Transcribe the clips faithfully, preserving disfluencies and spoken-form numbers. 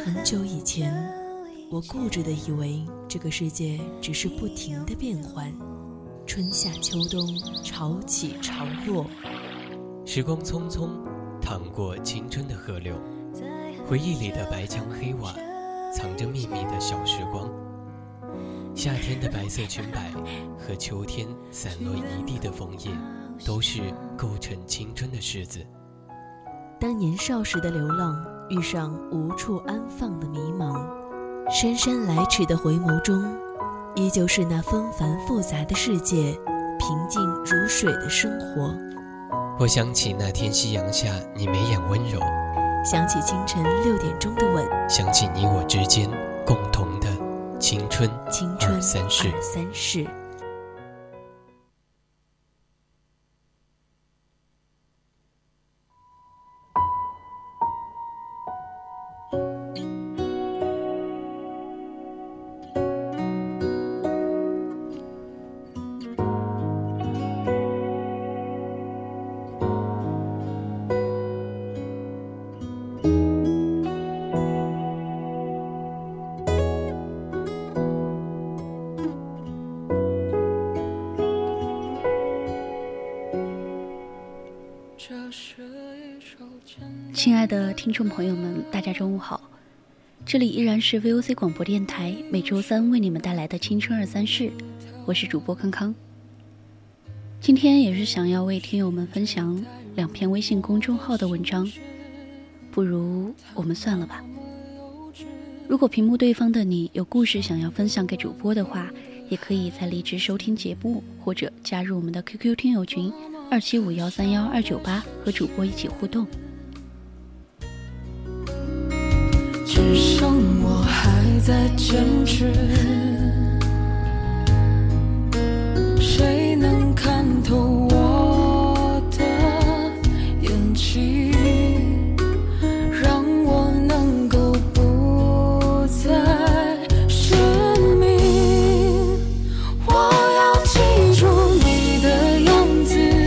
很久以前，我固执地以为这个世界只是不停的变换，春夏秋冬，潮起潮落。 时光匆匆，淌过青春的河流，回忆里的白墙黑瓦，藏着秘密的小时光。夏天的白色裙摆和秋天散落一地的枫叶，都是构成青春的式子。 当年少时的流浪遇上无处安放的迷茫，姗姗来迟的回眸中，依旧是那纷繁复杂的世界，平静如水的生活。 我想起那天夕阳下你眉眼温柔， 想起清晨六点钟的吻， 想起你我之间共同的青春青春二三事。 二三事。 亲爱的听众朋友们，大家中午好，这里依然是 V O C 广播电台每周三为你们带来的青春二三事，我是主播康康。今天也是想要为听友们分享两篇微信公众号的文章，不如我们算了吧。如果屏幕对方的你有故事想要分享给主播的话，也可以在荔枝收听节目，或者加入我们的 Q Q 听友群二七五幺三幺二九八，和主播一起互动。 只剩我还在坚持，谁能看透我的眼睛，让我能够不再失明。我要记住你的样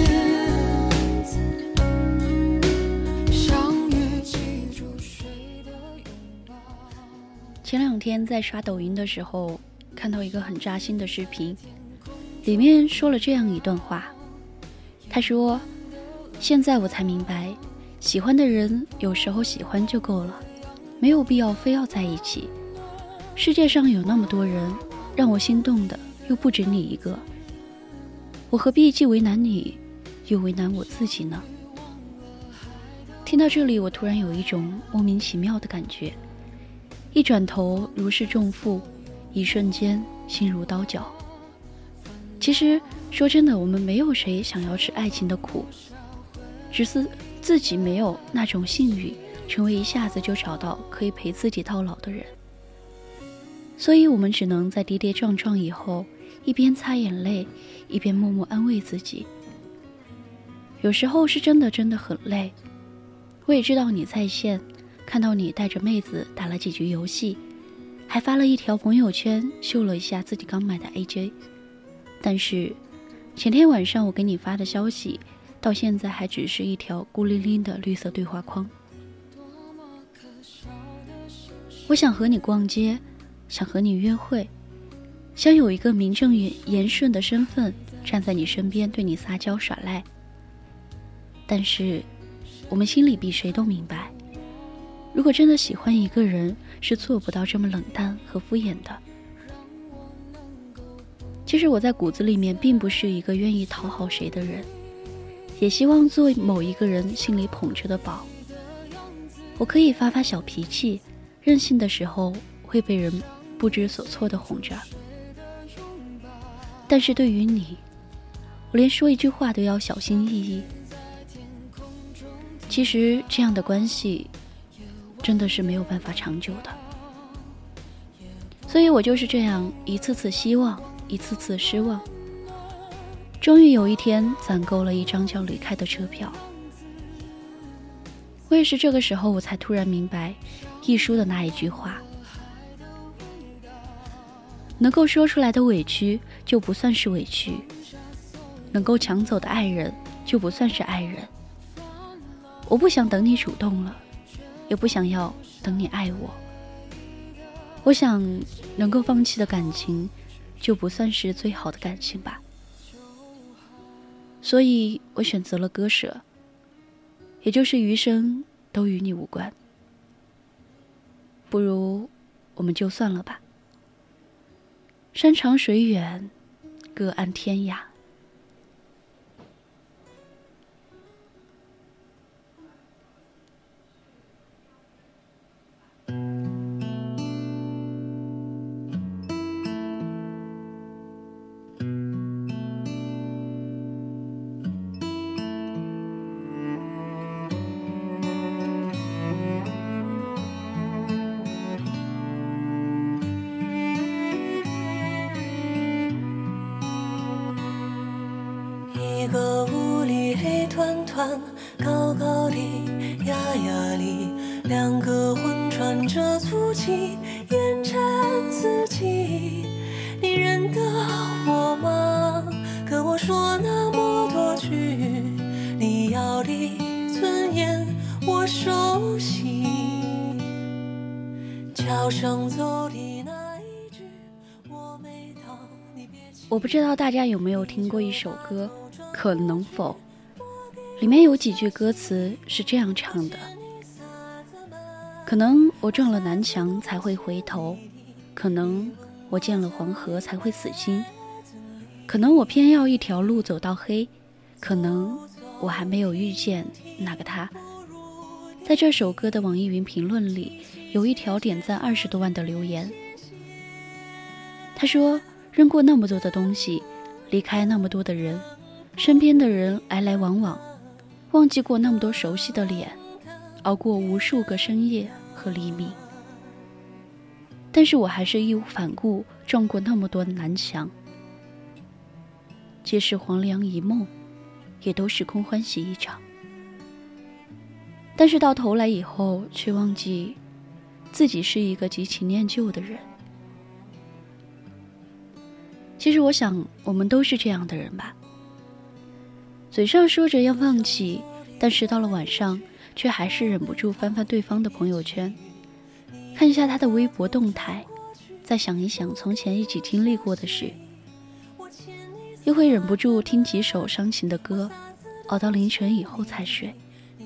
子，相遇记住谁的拥抱。 前两天在刷抖音的时候，看到一个很扎心的视频，里面说了这样一段话。他说，现在我才明白，喜欢的人有时候喜欢就够了，没有必要非要在一起。世界上有那么多人，让我心动的又不止你一个，我何必既为难你又为难我自己呢？听到这里，我突然有一种莫名其妙的感觉，一转头如释重负，一瞬间心如刀绞。其实说真的，我们没有谁想要吃爱情的苦，只是自己没有那种幸运，成为一下子就找到可以陪自己到老的人。所以我们只能在跌跌撞撞以后，一边擦眼泪，一边默默安慰自己。有时候是真的真的很累，我也知道你在线，看到你带着妹子打了几局游戏，还发了一条朋友圈秀了一下自己刚买的 A J。 但是前天晚上我给你发的消息，到现在还只是一条孤零零的绿色对话框。我想和你逛街，想和你约会，想有一个名正言顺的身份站在你身边对你撒娇耍赖。但是我们心里比谁都明白，如果真的喜欢一个人，是做不到这么冷淡和敷衍的。其实我在骨子里面并不是一个愿意讨好谁的人，也希望做某一个人心里捧着的宝。我可以发发小脾气，任性的时候会被人不知所措的哄着，但是对于你，我连说一句话都要小心翼翼。其实这样的关系真的是没有办法长久的，所以我就是这样一次次希望，一次次失望，终于有一天攒够了一张叫离开的车票。我也是这个时候我才突然明白一书的那一句话，能够说出来的委屈就不算是委屈，能够抢走的爱人就不算是爱人。我不想等你主动了，也不想要等你爱我， 我想能够放弃的感情就不算是最好的感情吧，所以我选择了割舍，也就是余生都与你无关。不如我们就算了吧，山长水远，各安天涯。 一个屋里黑团团，高高的压压里，两个魂穿着足迹，烟尘四季。你认得我吗？跟我说那么多句，你要的尊严我熟悉。桥上走的那一句，我没到你别气。 我不知道大家有没有听过一首歌可能否，里面有几句歌词是这样唱的：可能我撞了南墙才会回头，可能我见了黄河才会死心，可能我偏要一条路走到黑，可能我还没有遇见那个他。在这首歌的网易云评论里有一条点赞二十多万的留言，他说扔过那么多的东西，离开那么多的人，身边的人来来往往，忘记过那么多熟悉的脸，熬过无数个深夜和黎明，但是我还是义无反顾撞过那么多南墙，皆是黄粱一梦，也都是空欢喜一场。但是到头来以后，却忘记自己是一个极其念旧的人。其实我想，我们都是这样的人吧，嘴上说着要放弃，但是到了晚上，却还是忍不住翻翻对方的朋友圈，看一下他的微博动态，再想一想从前一起经历过的事，又会忍不住听几首伤情的歌，熬到凌晨以后才睡。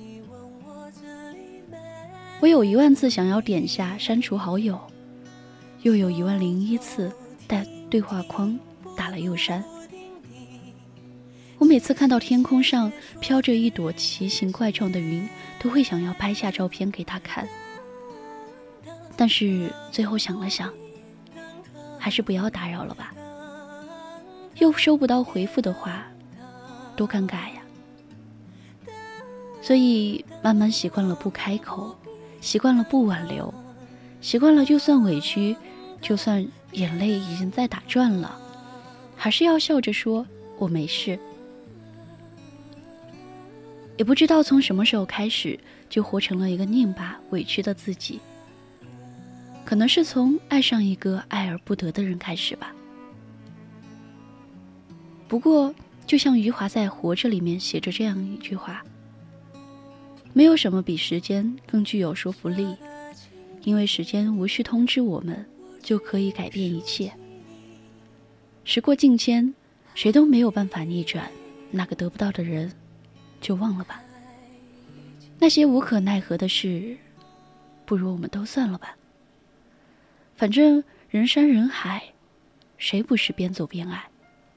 我有一万次想要点下删除好友，又有一万零一次在对话框打了又删。我每次看到天空上飘着一朵奇形怪状的云，都会想要拍下照片给他看，但是最后想了想，还是不要打扰了吧，又收不到回复的话，多尴尬呀。所以慢慢习惯了不开口，习惯了不挽留，习惯了就算委屈，就算眼泪已经在打转了，还是要笑着说我没事。也不知道从什么时候开始，就活成了一个拧巴委屈的自己。可能是从爱上一个爱而不得的人开始吧。不过就像余华在《活着》里面写着这样一句话，没有什么比时间更具有说服力，因为时间无需通知我们，就可以改变一切。时过境迁，谁都没有办法逆转，那个得不到的人就忘了吧。那些无可奈何的事，不如我们都算了吧。反正人山人海，谁不是边走边爱？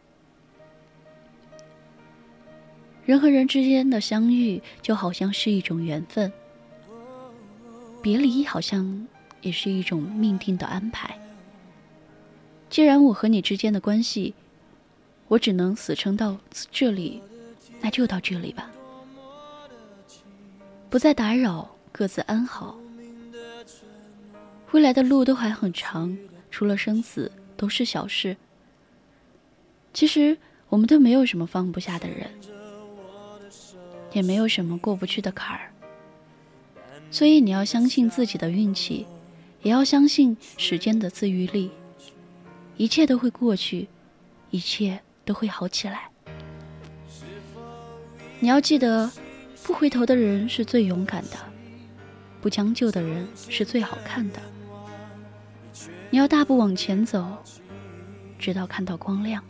人和人之间的相遇就好像是一种缘分，别离好像也是一种命定的安排。既然我和你之间的关系，我只能死撑到这里，那就到这里吧，不再打扰，各自安好。未来的路都还很长，除了生死都是小事。其实我们都没有什么放不下的人，也没有什么过不去的坎儿，所以你要相信自己的运气，也要相信时间的自愈力，一切都会过去，一切都会好起来。你要记得，不回头的人是最勇敢的，不将就的人是最好看的。 你要大步往前走，直到看到光亮。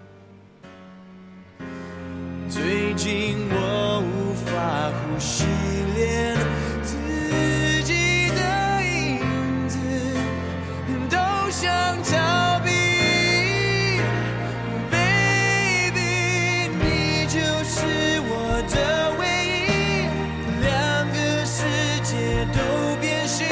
最近我无法呼吸，连自己的影子都想逃避。 Baby， 你就是我的唯一，两个世界都变形，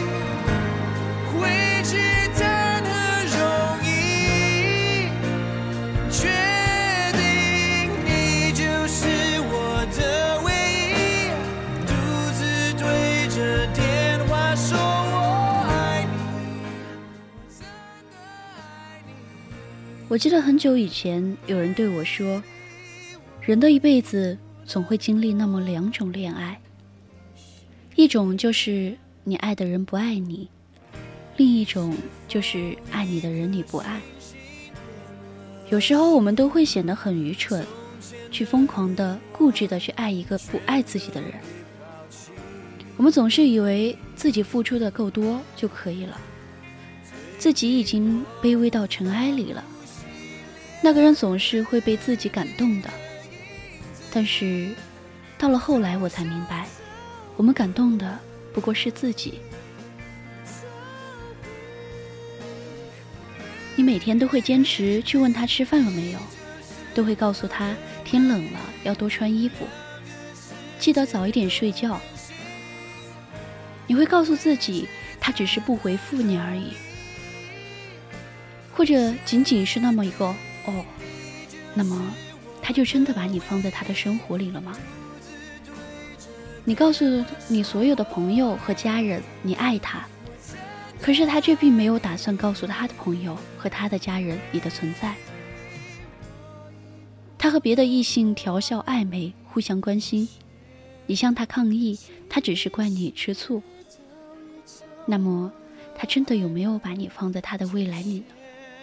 回去谈何容易，确定你就是我的唯一，独自对着电话说我爱你，我真的爱你。 我记得很久以前有人对我说，人的一辈子总会经历那么两种恋爱，一种就是你爱的人不爱你，另一种就是爱你的人你不爱。有时候我们都会显得很愚蠢，去疯狂的固执的去爱一个不爱自己的人。我们总是以为自己付出的够多就可以了，自己已经卑微到尘埃里了，那个人总是会被自己感动的。但是到了后来我才明白，我们感动的不过是自己。你每天都会坚持去问他吃饭了没有，都会告诉他天冷了要多穿衣服，记得早一点睡觉。你会告诉自己他只是不回复你而已，或者仅仅是那么一个哦，那么他就真的把你放在他的生活里了吗？你告诉你所有的朋友和家人你爱他，可是他却并没有打算告诉他的朋友和他的家人你的存在。他和别的异性调笑暧昧，互相关心，你向他抗议，他只是怪你吃醋。那么他真的有没有把你放在他的未来里呢？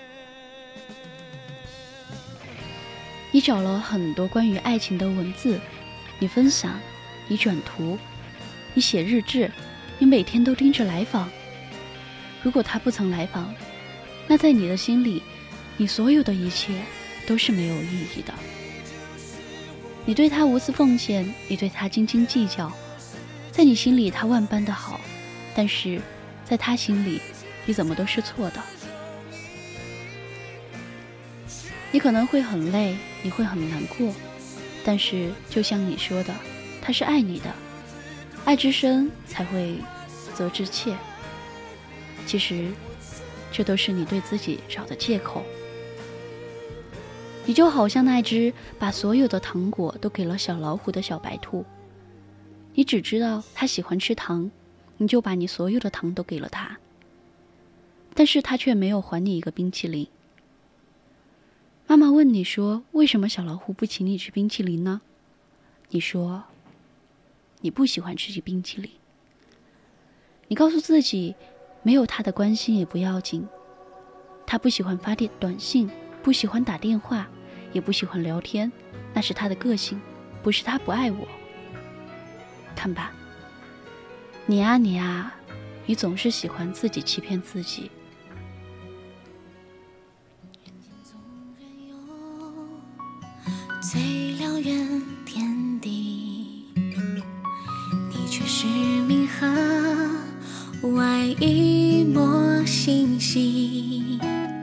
你找了很多关于爱情的文字，你分享，你转图，你写日志，你每天都盯着来访。如果他不曾来访，那在你的心里，你所有的一切都是没有意义的。你对他无私奉献，你对他斤斤计较，在你心里他万般的好，但是在他心里你怎么都是错的。你可能会很累，你会很难过，但是就像你说的，他是爱你的，爱之深才会责之切。其实这都是你对自己找的借口。你就好像那只把所有的糖果都给了小老虎的小白兔，你只知道它喜欢吃糖，你就把你所有的糖都给了它，但是它却没有还你一个冰淇淋。妈妈问你说，为什么小老虎不请你吃冰淇淋呢？你说你不喜欢吃冰淇淋。你告诉自己，没有他的关心也不要紧，他不喜欢发电短信，不喜欢打电话，也不喜欢聊天，那是他的个性，不是他不爱我。看吧，你啊你啊，你总是喜欢自己欺骗自己。 最辽远天地，你却是冥河外一抹星星，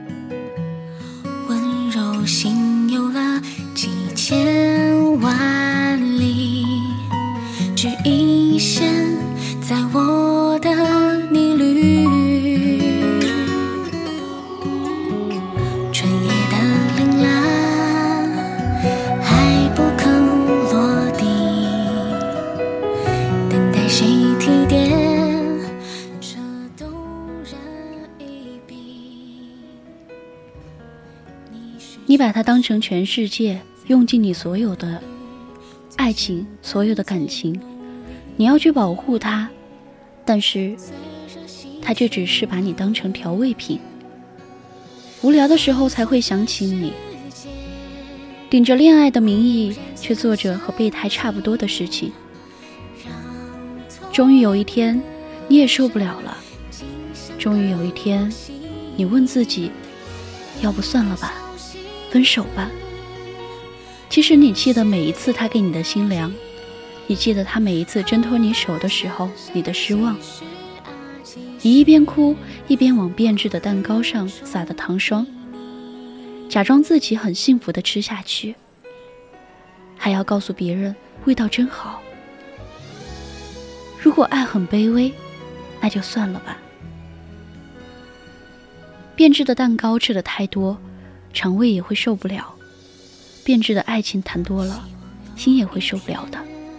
温柔心有了几千万里，只一线在我的逆旅。春夜的铃兰还不肯落地，等待谁提点这动人一笔。 你把它当成全世界，用尽你所有的爱情，所有的感情，你要去保护它，但是它却只是把你当成调味品，无聊的时候才会想起你，顶着恋爱的名义，却做着和备胎差不多的事情。终于有一天，你也受不了了， 终于有一天，你问自己，要不算了吧，分手吧。其实你记得每一次他给你的心凉，你记得他每一次挣脱你手的时候你的失望。你一边哭一边往变质的蛋糕上撒的糖霜，假装自己很幸福地吃下去，还要告诉别人味道真好。如果爱很卑微，那就算了吧。变质的蛋糕吃得太多，肠胃也会受不了；变质的爱情谈多了，心也会受不了的。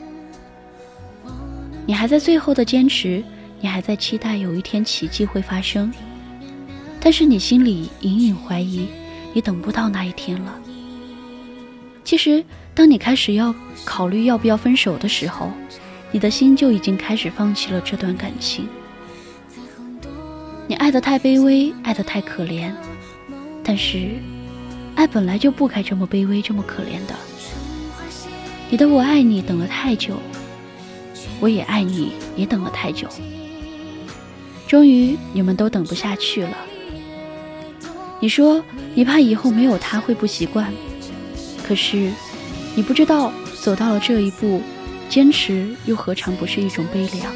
你还在最后的坚持，你还在期待有一天奇迹会发生，但是你心里隐隐怀疑，你等不到那一天了。其实，当你开始要考虑要不要分手的时候，你的心就已经开始放弃了这段感情。你爱得太卑微，爱得太可怜，但是爱本来就不该这么卑微，这么可怜的。你的我爱你等了太久，我也爱你也等了太久，终于你们都等不下去了。你说你怕以后没有他会不习惯，可是你不知道走到了这一步，坚持又何尝不是一种悲凉。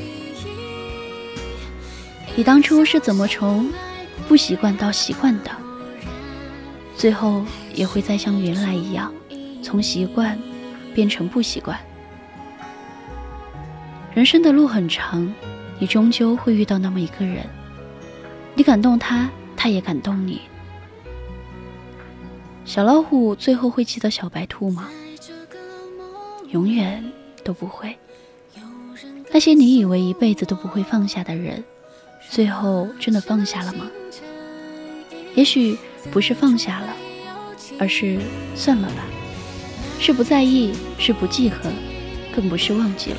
你当初是怎么从不习惯到习惯的，最后也会再像原来一样，从习惯变成不习惯。人生的路很长，你终究会遇到那么一个人，你感动他，他也感动你。小老虎最后会记得小白兔吗？永远都不会。那些你以为一辈子都不会放下的人，最后真的放下了吗？也许不是放下了，而是算了吧，是不在意，是不记恨，更不是忘记了。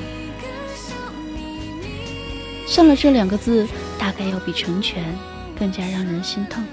算了这两个字，大概要比成全更加让人心痛。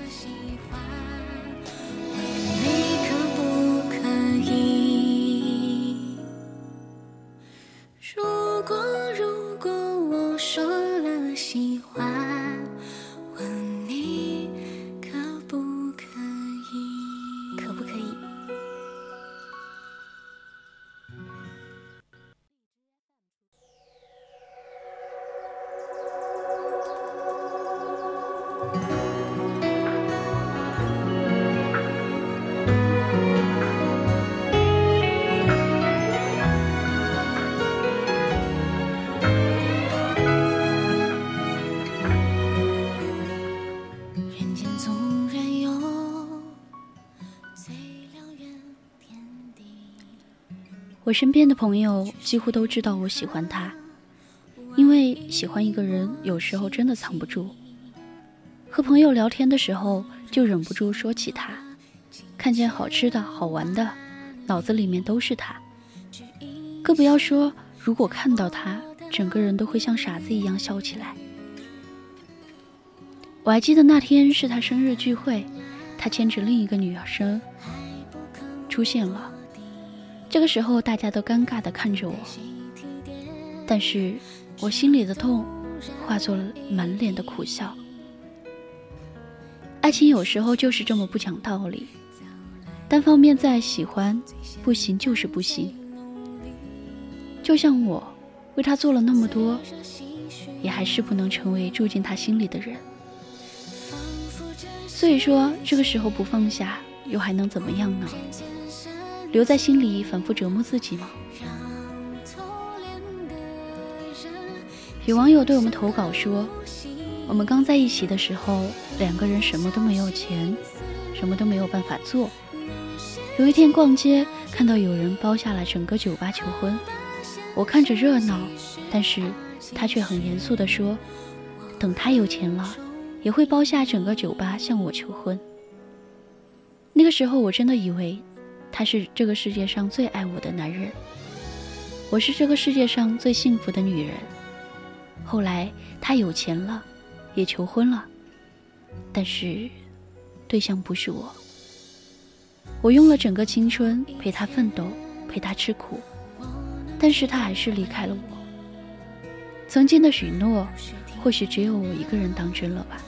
我身边的朋友几乎都知道我喜欢他，因为喜欢一个人有时候真的藏不住。和朋友聊天的时候就忍不住说起他，看见好吃的好玩的，脑子里面都是他。更不要说如果看到他，整个人都会像傻子一样笑起来。我还记得那天是他生日聚会，他牵着另一个女生出现了。这个时候大家都尴尬地看着我，但是我心里的痛化作了满脸的苦笑。爱情有时候就是这么不讲道理，单方面再喜欢，不行就是不行。就像我为他做了那么多，也还是不能成为住进他心里的人。所以说这个时候不放下，又还能怎么样呢？留在心里反复折磨自己吗？有网友对我们投稿说，我们刚在一起的时候，两个人什么都没有钱，什么都没有办法做。有一天逛街，看到有人包下了整个酒吧求婚，我看着热闹，但是他却很严肃地说，等他有钱了，也会包下整个酒吧向我求婚。那个时候我真的以为他是这个世界上最爱我的男人，我是这个世界上最幸福的女人。后来他有钱了，也求婚了，但是对象不是我。我用了整个青春陪他奋斗，陪他吃苦，但是他还是离开了我。曾经的许诺或许只有我一个人当真了吧。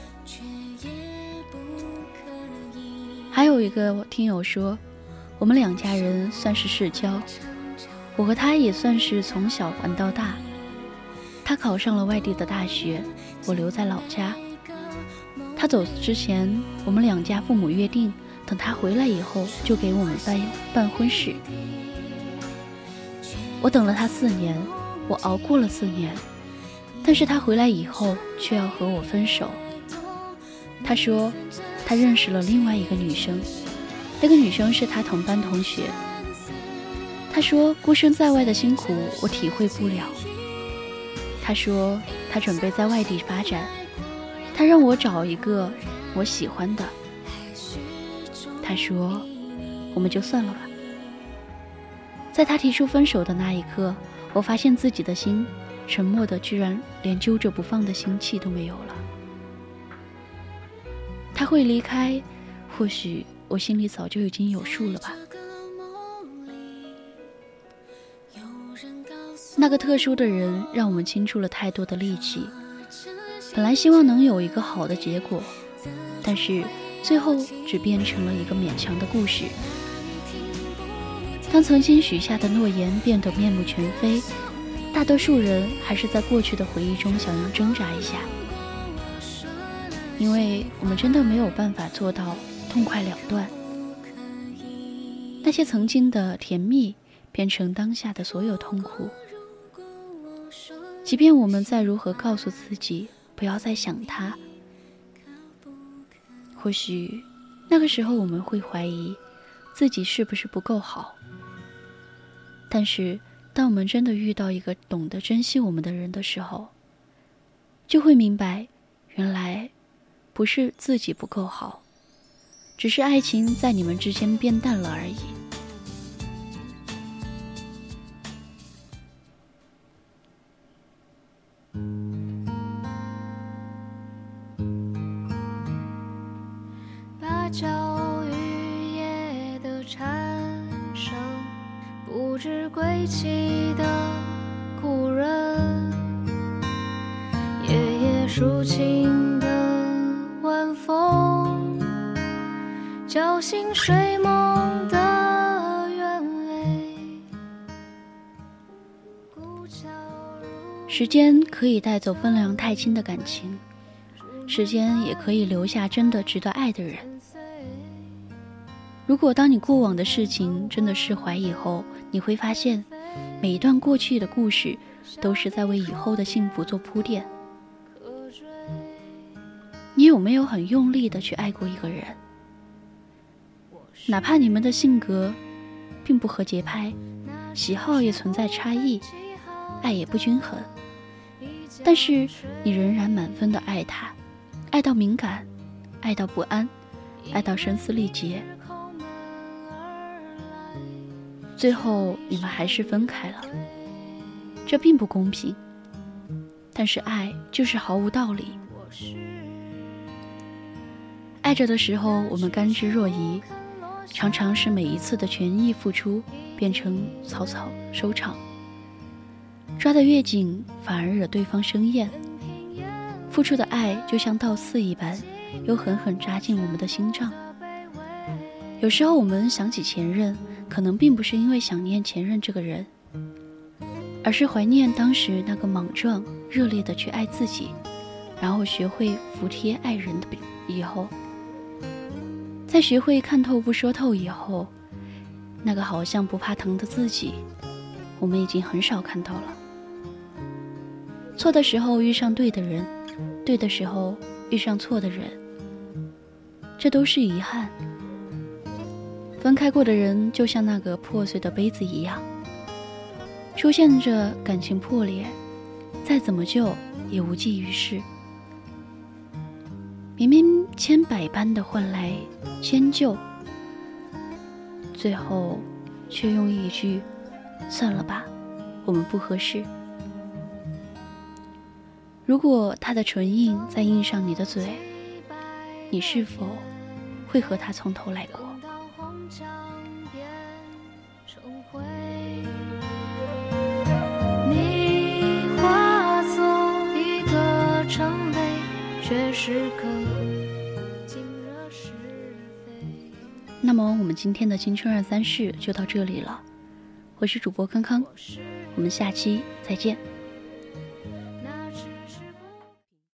还有一个听友说，我们两家人算是世交，我和他也算是从小玩到大。他考上了外地的大学，我留在老家。他走之前，我们两家父母约定，等他回来以后就给我们办办婚事。我等了他四年，我熬过了四年，但是他回来以后却要和我分手。他说他认识了另外一个女生，那个女生是他同班同学。他说孤身在外的辛苦我体会不了。他说他准备在外地发展，他让我找一个我喜欢的。他说我们就算了吧。在他提出分手的那一刻，我发现自己的心沉默的居然连揪着不放的心气都没有了。他会离开，或许我心里早就已经有数了吧。那个特殊的人让我们倾注了太多的力气，本来希望能有一个好的结果，但是最后只变成了一个勉强的故事。当曾经许下的诺言变得面目全非，大多数人还是在过去的回忆中想要挣扎一下，因为我们真的没有办法做到痛快了断。那些曾经的甜蜜变成当下的所有痛苦，即便我们再如何告诉自己不要再想他，或许那个时候我们会怀疑自己是不是不够好。但是当我们真的遇到一个懂得珍惜我们的人的时候，就会明白，原来不是自己不够好，只是爱情在你们之间变淡了而已。 芭蕉雨夜的蝉声，不知归期的故人，夜夜抒情的晚风，叫醒睡梦的原味。 时间可以带走分量太轻的感情，时间也可以留下真的值得爱的人。如果当你过往的事情真的释怀以后，你会发现每一段过去的故事都是在为以后的幸福做铺垫。你有没有很用力的去爱过一个人？哪怕你们的性格并不合节拍，喜好也存在差异，爱也不均衡，但是你仍然满分的爱他，爱到敏感，爱到不安，爱到声嘶力竭，最后你们还是分开了。这并不公平，但是爱就是毫无道理。爱着的时候我们甘之若饴，常常是每一次的全意付出变成草草收场，抓得越紧反而惹对方生厌。付出的爱就像刀刺一般，又狠狠扎进我们的心脏。有时候我们想起前任，可能并不是因为想念前任这个人，而是怀念当时那个莽撞热烈的去爱自己，然后学会服帖爱人的以后，在学会看透不说透以后，那个好像不怕疼的自己，我们已经很少看到了。错的时候遇上对的人，对的时候遇上错的人，这都是遗憾。分开过的人就像那个破碎的杯子一样，出现着感情破裂，再怎么救也无济于事。明明千百般的换来迁就，最后却用一句算了吧，我们不合适。如果他的唇印再印上你的嘴，你是否会和他从头来过？ 你化作一个若成悲，却是个尽惹是非。 那么我们今天的青春二三事就到这里了，我是主播康康，我们下期再见。